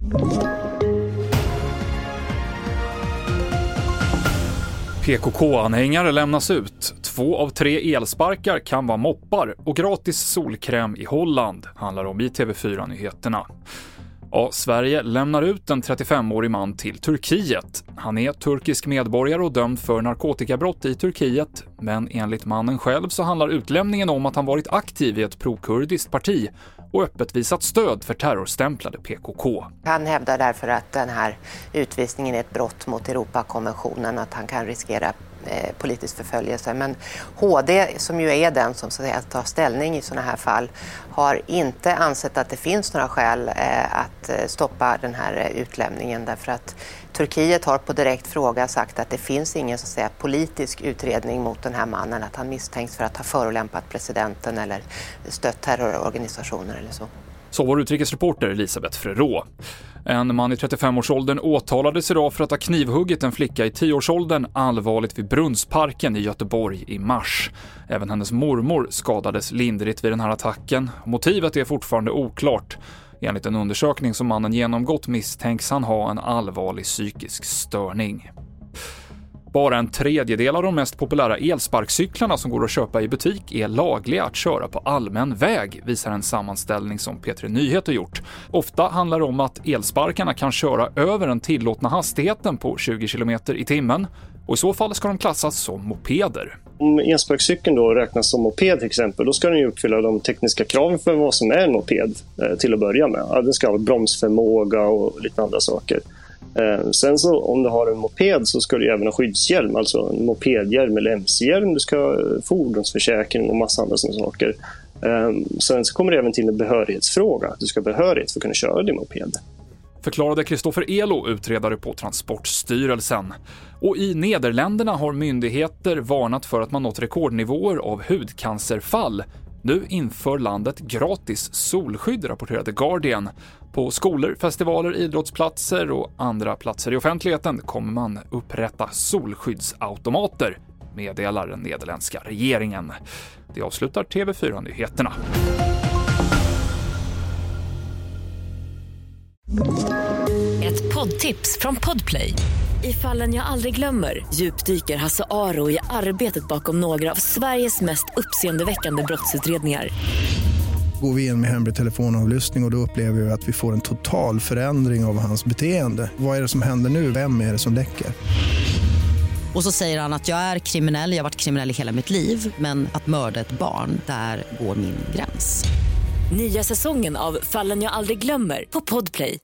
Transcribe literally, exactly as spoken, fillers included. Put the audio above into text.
P K K-anhängare lämnas ut. Två av tre elsparkar kan vara moppar och gratis solkräm i Holland, handlar om i T V fyra-nyheterna. Ja, Sverige lämnar ut en trettiofemårig man till Turkiet. Han är turkisk medborgare och dömd för narkotikabrott i Turkiet, men enligt mannen själv så handlar utlämningen om att han varit aktiv i ett prokurdiskt parti och öppet visat stöd för terrorstämplade P K K. Han hävdar därför att den här utvisningen är ett brott mot Europakonventionen, att han kan riskera eh, politisk förföljelse. Men H D, som ju är den som så att säga, tar ställning i sådana här fall, har inte ansett att det finns några skäl eh, att eh, stoppa den här eh, utlämningen, därför att Turkiet har på direkt fråga sagt att det finns ingen så att säga, politisk utredning mot den här mannen, att han misstänks för att ha förolämpat presidenten eller stött terrororganisationer eller så. Så var utrikesreporter Elisabeth Frerå. En man i trettiofemårsåldern åtalades idag för att ha knivhuggit en flicka i tioårsåldern allvarligt vid Brunnsparken i Göteborg i mars. Även hennes mormor skadades lindrigt vid den här attacken. Motivet är fortfarande oklart. Enligt en undersökning som mannen genomgått misstänks han ha en allvarlig psykisk störning. Bara en tredjedel av de mest populära elsparkcyklarna som går att köpa i butik är lagliga att köra på allmän väg, visar en sammanställning som P tre Nyheter gjort. Ofta handlar det om att elsparkarna kan köra över den tillåtna hastigheten på tjugo kilometer i timmen, och i så fall ska de klassas som mopeder. Om elsparkcykeln då räknas som moped till exempel, då ska den ju uppfylla de tekniska kraven för vad som är en moped eh, till att börja med. Ja, den ska ha bromsförmåga och lite andra saker. Eh, sen så om du har en moped så ska du även ha skyddshjälm, alltså en mopedhjälm eller M C-hjälm. Du ska ha fordonsförsäkring och massa andra sådana saker. Eh, sen så kommer det även till en behörighetsfråga. Du ska ha behörighet för att kunna köra din moped. Förklarade Kristoffer Elo, utredare på Transportstyrelsen. Och i Nederländerna har myndigheter varnat för att man nått rekordnivåer av hudcancerfall. Nu inför landet gratis solskydd, rapporterade Guardian. På skolor, festivaler, idrottsplatser och andra platser i offentligheten kommer man upprätta solskyddsautomater, meddelar den nederländska regeringen. Det avslutar T V fyra-nyheterna. Ett poddtips från Podplay. I Fallen jag aldrig glömmer djupdyker Hasse Aro i arbetet bakom några av Sveriges mest uppseendeväckande brottsutredningar. Går vi in med hemlig telefonavlyssning och då upplever vi att vi får en total förändring av hans beteende. Vad är det som händer nu? Vem är det som läcker? Och så säger han att jag är kriminell, jag har varit kriminell i hela mitt liv, men att mörda ett barn, där går min gräns. Nya säsongen av Fallen jag aldrig glömmer på Podplay.